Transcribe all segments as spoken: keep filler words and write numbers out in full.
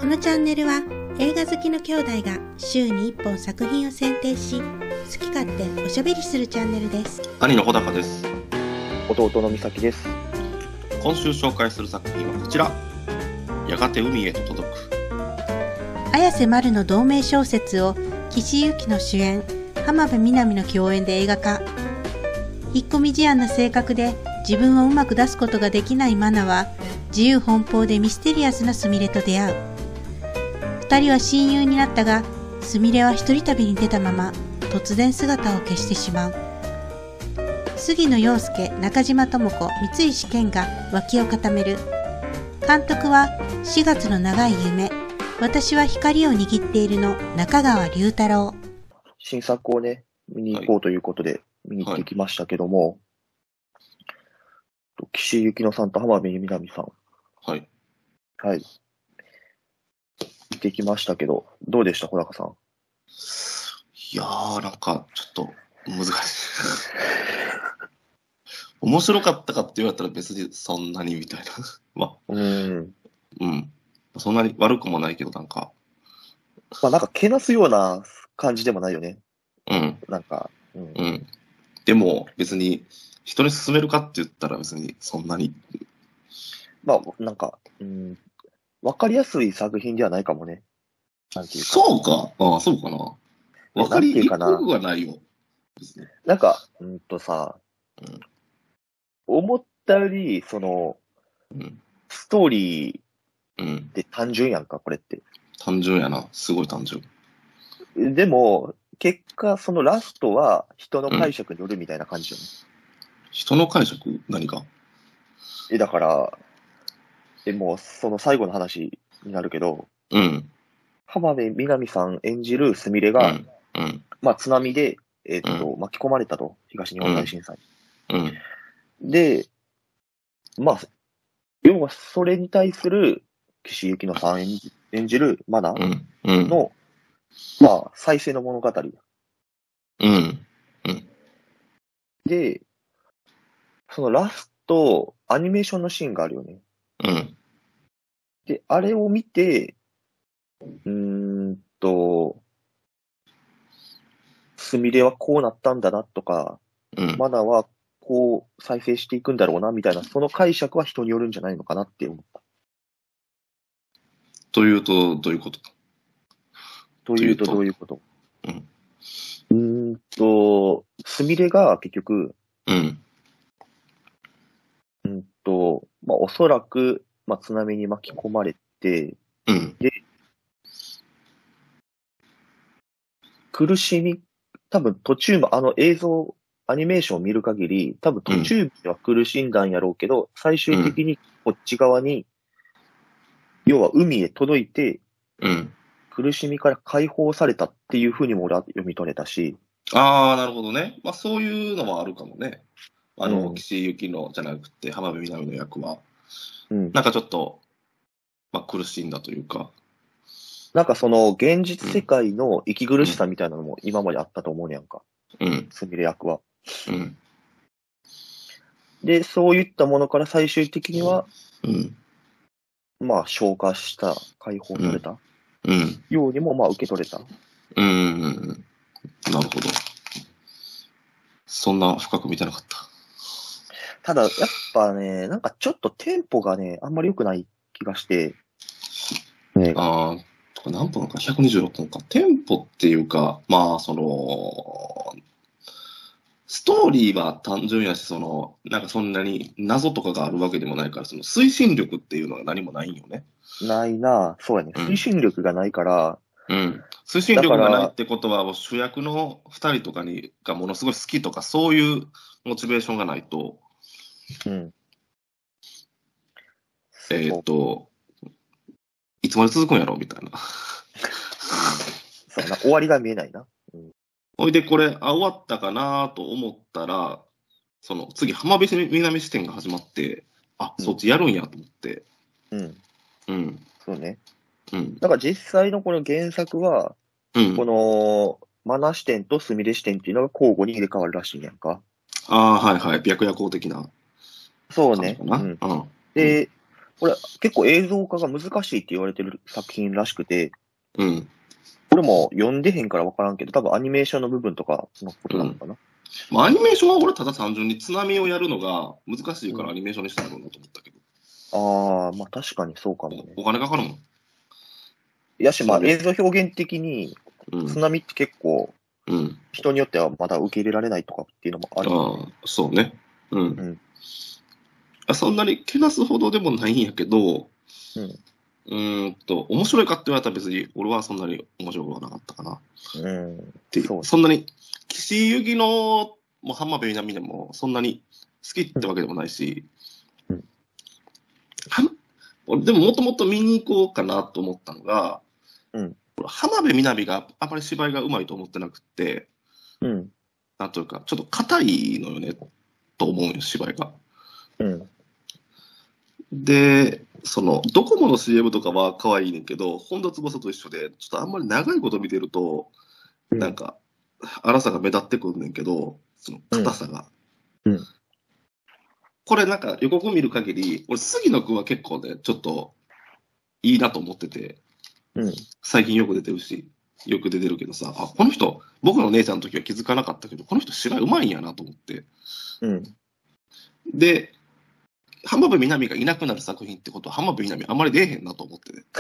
このチャンネルは映画好きの兄弟が週にいっぽん作品を選定し、好き勝手おしゃべりするチャンネルです。 兄の穂高です。 弟の美咲です。 今週紹介する作品はこちら。やがて海へと届く。 綾瀬まるの同名小説を岸由紀の主演、浜辺美波の共演で映画化。引っ込み思案な性格で自分をうまく出すことができないマナは、自由奔放でミステリアスなすみれと出会う。二人は親友になったが、すみれは一人旅に出たまま突然姿を消してしまう。杉野遥亮、中島智子、三石健が脇を固める。監督はしがつの長い夢、私は光を握っているの中川龍太郎。 新作をね、見に行こうということで見に行ってきましたけども、はい、岸由紀乃さんと浜辺美波さん。 はい。 はい。行ってきましたけど、どうでした、穂高さん。 いやー、なんか、ちょっと、難しい。面白かったかって言われたら別にそんなにみたいな。まあ、 うん。 うん。そんなに悪くもないけど、なんか。 まあ、なんか、けなすような感じでもないよね。 うん。 なんか、 うん。うん、でも、別に、人に勧めるかって言ったら別にそんなに。 まあ、なんか、うん。わかりやすい作品ではないかもね。 なんていうか。そうか。ああ、そうかな。わかりにくくはないよ。 なんか、うんとさ、うん、思ったより、その、うん、ストーリーって単純やんか、これって。 単純やな。すごい単純。 でも、結果、そのラストは人の解釈によるみたいな感じよね。 うん、人の解釈何かえ、だから、え、もう、その最後の話になるけど、 うん。 浜辺美波さん演じるすみれが、うんうん、まあ、津波で、えーっと、うん、巻き込まれたと、東日本大震災。うんうん、で、まあ、要はそれに対する岸由紀乃さん演じ演じるマナの、うんうん、まあ、再生の物語。 うんうん、 で、そのラスト、アニメーションのシーンがあるよね。 うん、 で、あれを見て、うーんと、すみれはこうなったんだなとか、うん、マナはこう再生していくんだろうなみたいな、その解釈は人によるんじゃないのかなって思った。 というと、どういうことというと、どういうことうん。うーんと、すみれが結局、うん。うんと、まあ、おそらく、まあ、津波に巻き込まれて、うん。で、苦しみ、多分途中もあの映像、アニメーションを見る限り、多分途中では苦しんだんやろうけど、うん、最終的にこっち側に、うん、要は海へ届いて、うん、苦しみから解放されたっていうふうにも俺は読み取れたし。 ああ、なるほどね。まあそういうのもあるかもね。あの、うん、岸由紀乃じゃなくて浜辺美波の役は、うん、なんかちょっと、まあ、苦しんだというか。 なんかその現実世界の息苦しさみたいなのも今まであったと思うねやんか。うん。すみれ役は。うん。で、そういったものから最終的には、うん。まあ消化した、解放された、うん。ようにもまあ受け取れた。 うんうんうん。なるほど。そんな深く見てなかった。 ただ、やっぱね、なんかちょっとテンポがね、あんまり良くない気がして。 ね、ああ。何分かひゃくにじゅうろっぷんか。テンポっていうか、まあ、その、ストーリーは単純やし、その、なんかそんなに謎とかがあるわけでもないから、その推進力っていうのは何もないんよね。 ないなぁ。そうやね。推進力がないから、 うん。うん、推進力がないってことは、主役のふたりとかにがものすごい好きとか、そういうモチベーションがないと、うん。えっと、いつまで続くんやろみたいな。 そうな、終わりが見えないな。 ほ、うん、いで、これ、あ、終わったかなと思ったら、その次、浜辺美波支店が始まって、あ、うん、そっちやるんやと思って。 うん。うん。そうね。うん。だから実際のこの原作は、うん、この、マナ視点とスミレ視点っていうのが交互に入れ替わるらしいんやんか。 ああ、はいはい。白夜行的な。 そうね。うん。うん、で、 これ、結構映像化が難しいって言われてる作品らしくて、 うん。 俺も読んでへんから分からんけど、多分アニメーションの部分とかのことなのかな。 うん、まあ、アニメーションは俺ただ単純に津波をやるのが難しいからアニメーションにしたのかなと思ったけど。 うん、ああ、まあ確かにそうかもね。 お金かかるもん。 やし、まあ映像表現的に、津波って結構、 うん、 人によってはまだ受け入れられないとかっていうのもある、ね。 ああ、そうね。うん。うんそんなにけなすほどでもないんやけど、うん、うんと、面白いかって言われたら別に、俺はそんなに面白くはなかったかな。うん。ってそ, そんなに、岸由紀のもう浜辺美波でもそんなに好きってわけでもないし、うん、俺でももともと見に行こうかなと思ったのが、うん、浜辺美波があんまり芝居がうまいと思ってなくて、うん、なんというか、ちょっと硬いのよね、と思うよ、芝居が。うんで、その、ドコモの シーエム とかは可愛いねんけど、本田翼と一緒で、ちょっとあんまり長いこと見てると、うん、なんか、荒さが目立ってくるねんけど、その硬さが。うんうん、これなんか予告見る限り、俺、杉野くんは結構ね、ちょっといいなと思ってて、うん、最近よく出てるし、よく出てるけどさ、あ、この人、僕の姉ちゃんの時は気づかなかったけど、この人芝居うまいんやなと思って。うん、で、浜辺美波がいなくなる作品ってことは浜辺美波あんまり出えへんなと思ってね。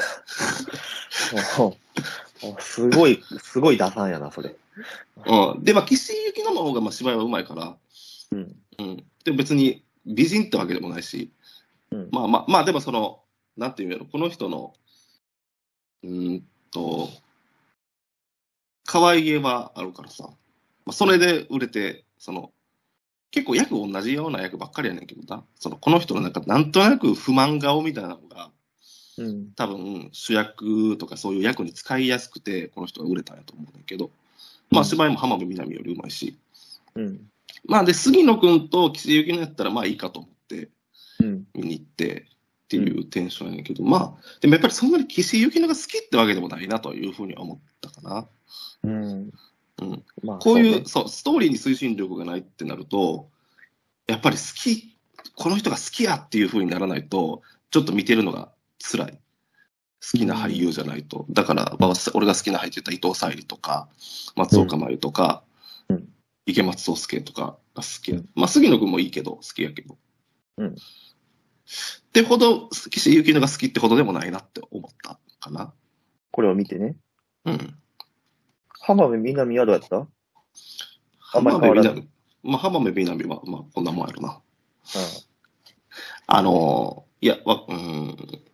すごい、すごい打算やな、それ。 うん、で、まあ、岸井ゆきのの方がまあ芝居はうまいから、うんうん、でも別に美人ってわけでもないし、うん、まあまあ、まあでもその、なんていうんやろ、この人の、うんと、可愛げはあるからさ、まあ、それで売れて、その、結構役同じような役ばっかりやねんけどな、そのこの人のなんかなんとなく不満顔みたいなのが、うん、多分主役とかそういう役に使いやすくてこの人が売れたんやと思うんだけど、まあ芝居も浜辺美波よりうまいし、うん、まあで杉野君と岸井ゆきのやったらまあいいかと思って見に行ってっていうテンションやねんけど、うん、まあでもやっぱりそんなに岸井ゆきのが好きってわけでもないなというふうには思ったかな。うんうんまあ、こういう、そうね、そうストーリーに推進力がないってなるとやっぱり好きこの人が好きやっていう風にならないとちょっと見てるのが辛い。好きな俳優じゃないと、うん、だから、まあ、俺が好きな俳優って言ったら伊藤沙莉とか松岡茉優とか、うん、池松壮亮とかが好きや、うん、まあ杉野君もいいけど好きやけど、うん、ってほど岸井ゆきのが好きってほどでもないなって思ったかな。 これを見てね。うん浜辺美波はどうやった？ 浜辺美波、まあ、浜辺美波は、まあ、こんなもんやろな。うん、あのー、いや、わ、うん、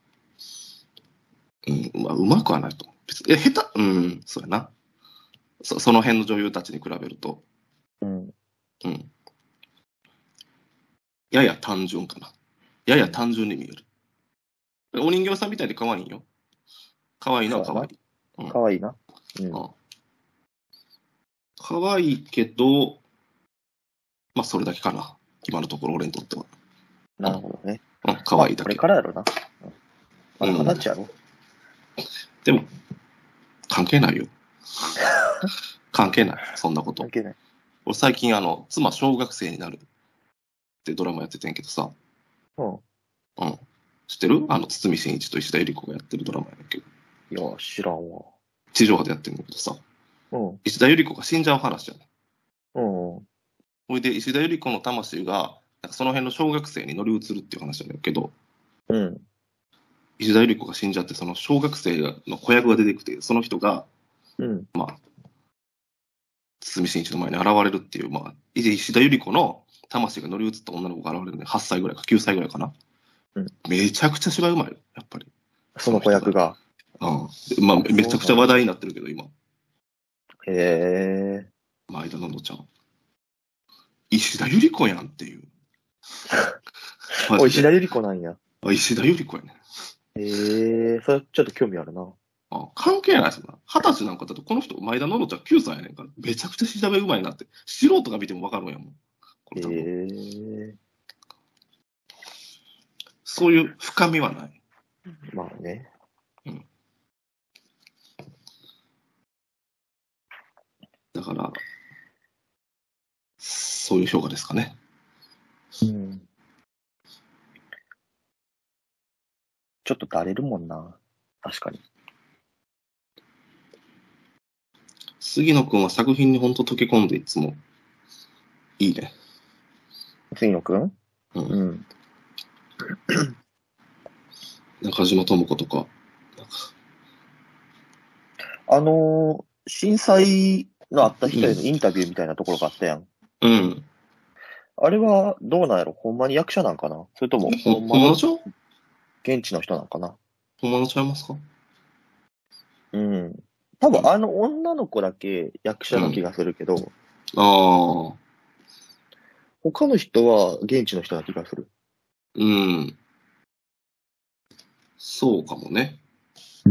うん、まあ、うまくはないと。別に、え、下手、うん、そうやな。そ、その辺の女優たちに比べると。うん。うん。やや単純かな。やや単純に見える。お人形さんみたいで可愛いよ。可愛いのは可愛い。 うん、可愛いな。うん。 可愛いけど、まあ、それだけかな。今のところ、俺にとっては。 なるほどね。 うん、可愛いだけ。 これからやろな。まだ二十歳やろ。 でも、関係ないよ。関係ない。そんなこと。 関係ない。 俺最近、あの、妻小学生になるってドラマやっててんけどさ。うん。うん。知ってる？あの、堤真一と石田ゆり子がやってるドラマやねんけど。 いや、知らんわ。 地上波でやってるんだけどさ。うん。石田ゆり子が死んじゃう話やねん。うん。それで、石田ゆり子の魂が、なんかその辺の小学生に乗り移るっていう話なんだけど。うん。石田ゆり子が死んじゃって、その小学生の子役が出てきて、その人が、うん、まあ、堤真一の前に現れるっていう、まあ、石田ゆり子の魂が乗り移った女の子が現れるんで、はっさいぐらいか、きゅうさいぐらいかな。うん、めちゃくちゃ芝居うまいよ、やっぱり。 その子役が。 うん。まあ、めちゃくちゃ話題になってるけど、今。 へぇー。前田ののちゃん。石田ゆり子やんっていう。 お、石田ゆり子なんや。 あ、石田ゆり子やね。 へえー、それちょっと興味あるな。 あ、関係ないですよな。二十歳なんかだと、この人、前田ののちゃんきゅうさいやねんから、めちゃくちゃ調べうまいなって、素人が見ても分かるんやもん。これ多分。へー。そういう深みはない。 まあね。うん。 だから、そういう評価ですかね。うん。 ちょっとだれるもんな。確かに。 杉野くんは作品にほんと溶け込んでいつもいいね。 杉野くん？ うん。 うん。 中島智子とか。なんかあのー、震災のあった人へのインタビューみたいなところがあったやん。 うん。 あれはどうなんやろ？ほんまに役者なんかな？それともほんまのちゃう？ 現地の人なんかな？ ほんまのちゃいますか？ うん。多分あの女の子だけ役者な気がするけど、 うん、ああ。 他の人は現地の人な気がする。 うん。そうかもね。 うん。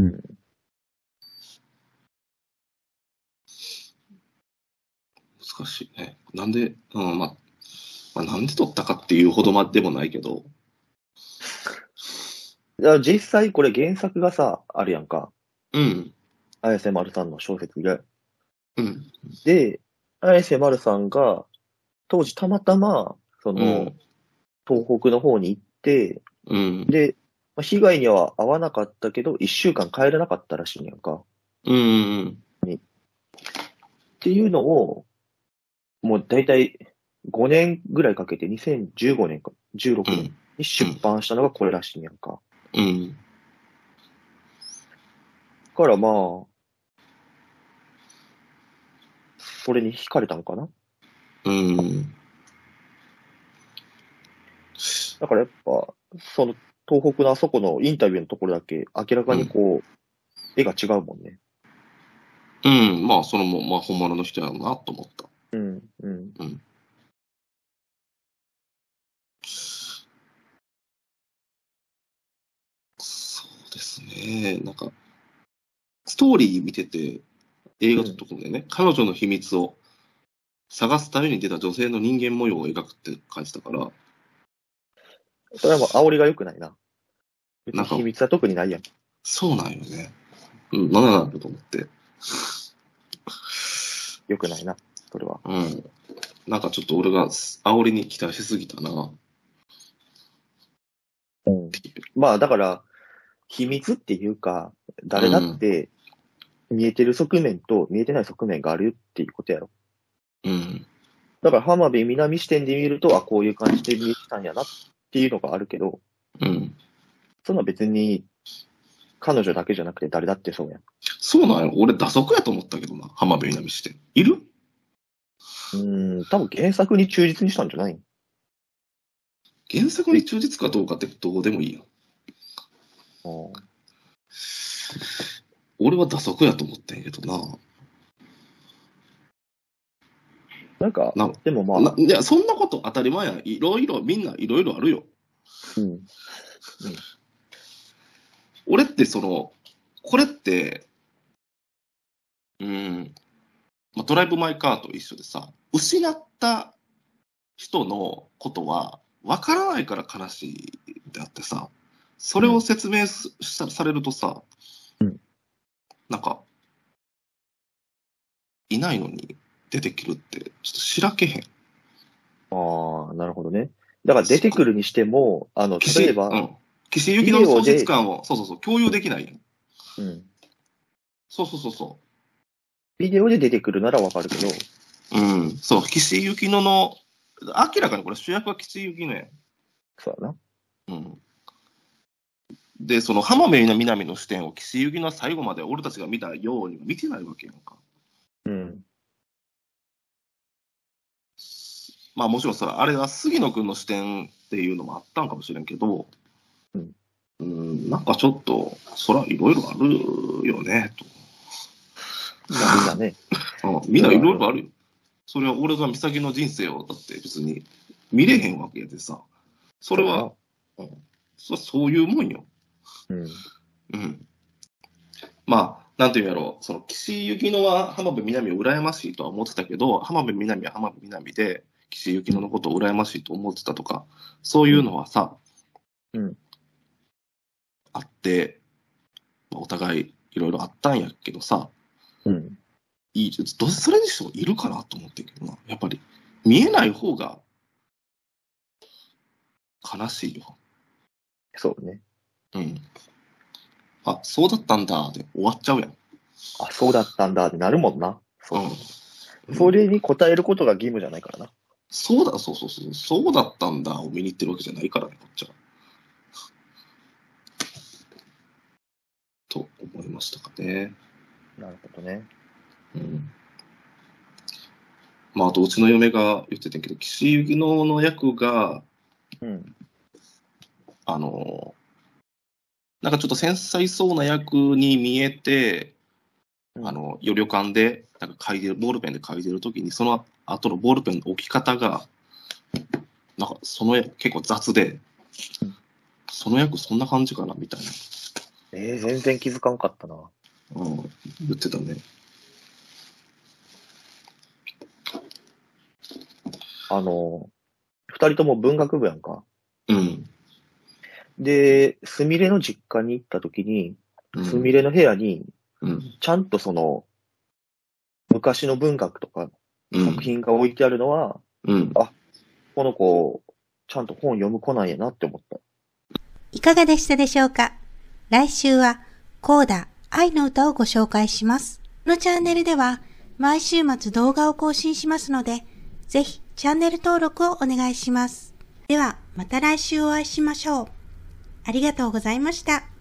難しいね。なんで、うん、まあ、まあ、なんで撮ったかっていうほどまでもないけど。 いや実際これ原作がさ、あるやんか。 うん。 綾瀬まるさんの小説で。 うん。 で、綾瀬まるさんが、当時たまたま、その、うん、東北の方に行って、 うん、 で、まあ、被害には遭わなかったけど、一週間帰れなかったらしいんやんか。 うん。 にっていうのを、もう大体ごねんぐらいかけて、にせんじゅうごねんか、じゅうろくねんに出版したのがこれらしいんやんか。 うん。だからまあ、それに惹かれたのかな。 うん。 だからやっぱ、その東北のあそこのインタビューのところだけ明らかにこう、うん、絵が違うもんね。 うん、まあそのも、まあ本物の人やろうなと思った。 うん、うん。 うん。そうですね。なんか、ストーリー見てて、映画とかでね、うん、彼女の秘密を探すために出た女性の人間模様を描くって書いてたから。 それはもう煽りが良くないな。なんか秘密は特にないやん。 そうなんよね。うん、なんなんだと思って。 良くないな、それは。 うん。なんかちょっと俺が煽りに期待しすぎたな。 うん。まあだから、秘密っていうか、誰だって見えてる側面と見えてない側面があるっていうことやろ。 うん。 だから浜辺美波視点で見ると、あ、こういう感じで見えてたんやなっていうのがあるけど、 うん。 そんな別に彼女だけじゃなくて誰だってそうやん。 そうなんや。俺打足やと思ったけどな、浜辺美波視点。いる？ うーん、多分原作に忠実にしたんじゃない？ 原作に忠実かどうかってどうでもいいよ。俺は打足やと思ってんけどな。 なんか、 なでもまあ。いや、そんなこと当たり前や。いろいろ、みんないろいろあるよ。 うん。うん、 俺ってその、これって、うん、まあ、ドライブ・マイ・カーと一緒でさ、失った人のことは分からないから悲しいであってさ、それを説明す、うん、されるとさ、 うん、 なんか、いないのに出てくるって、ちょっとしらけへん。 ああ、なるほどね。だから出てくるにしても、あの、例えば、うん、 岸井ゆきの喪失感を、そうそうそう、共有できない。 うん。 そうそうそうそう。 ビデオで出てくるならわかるけど。 うん、そう、岸井ゆきのの、明らかにこれ主役は岸井ゆきのやん。 そうだな。 うん。で、その浜辺美波の視点を岸井ゆきのは最後まで俺たちが見たように見てないわけやんか。 うん。 まあもちろんさ、あれが杉野くんの視点っていうのもあったんかもしれんけど、 うん、 うんなんかちょっと、そらいろいろあるよね、と。 みんなね。 みんないろいろあるよ。それは俺が美咲の人生をだって別に見れへんわけでさ、それは、うん、そ, そういうもんよ。 うん。 うん。まあ、なんていうんやろう、その岸井ゆきのは浜辺美波を羨ましいとは思ってたけど、浜辺美波は浜辺美波で、岸井ゆきののことを羨ましいと思ってたとか、そういうのはさ、 うん、 あって、お互いいろいろあったんやけどさ、 うん、 いいどそれにしてもいるかなと思ってるけどな、やっぱり見えない方が悲しいよ。 そうね。 うん。あ、そうだったんだで終わっちゃうやん。 あ、そうだったんだってなるもんな。そう。うん、それに答えることが義務じゃないからな。 そうだ、そうそうそう。そうだったんだを見に行ってるわけじゃないからね、こっちは。と思いましたかね。 なるほどね。 うん。まあ、あと、うちの嫁が言ってたけど、岸井ゆきのの役が、 うん。 あの、なんかちょっと繊細そうな役に見えて、うん、あの、余旅館で、なんか書いてる、ボールペンで書いてるときに、その後のボールペンの置き方が、なんか、その結構雑で、うん、その役そんな感じかな、みたいな。 えー、全然気づかんかったな。 うん、言ってたね。 あの、二人とも文学部やんか。 うん。 で、すみれの実家に行った時に、すみれの部屋に、うん、ちゃんとその、昔の文学とか作品が置いてあるのは、うん、あ、この子、ちゃんと本読む子なんやなって思った。 いかがでしたでしょうか？来週は、コーダ愛の歌をご紹介します。このチャンネルでは、毎週末動画を更新しますので、ぜひチャンネル登録をお願いします。では、また来週お会いしましょう。ありがとうございました。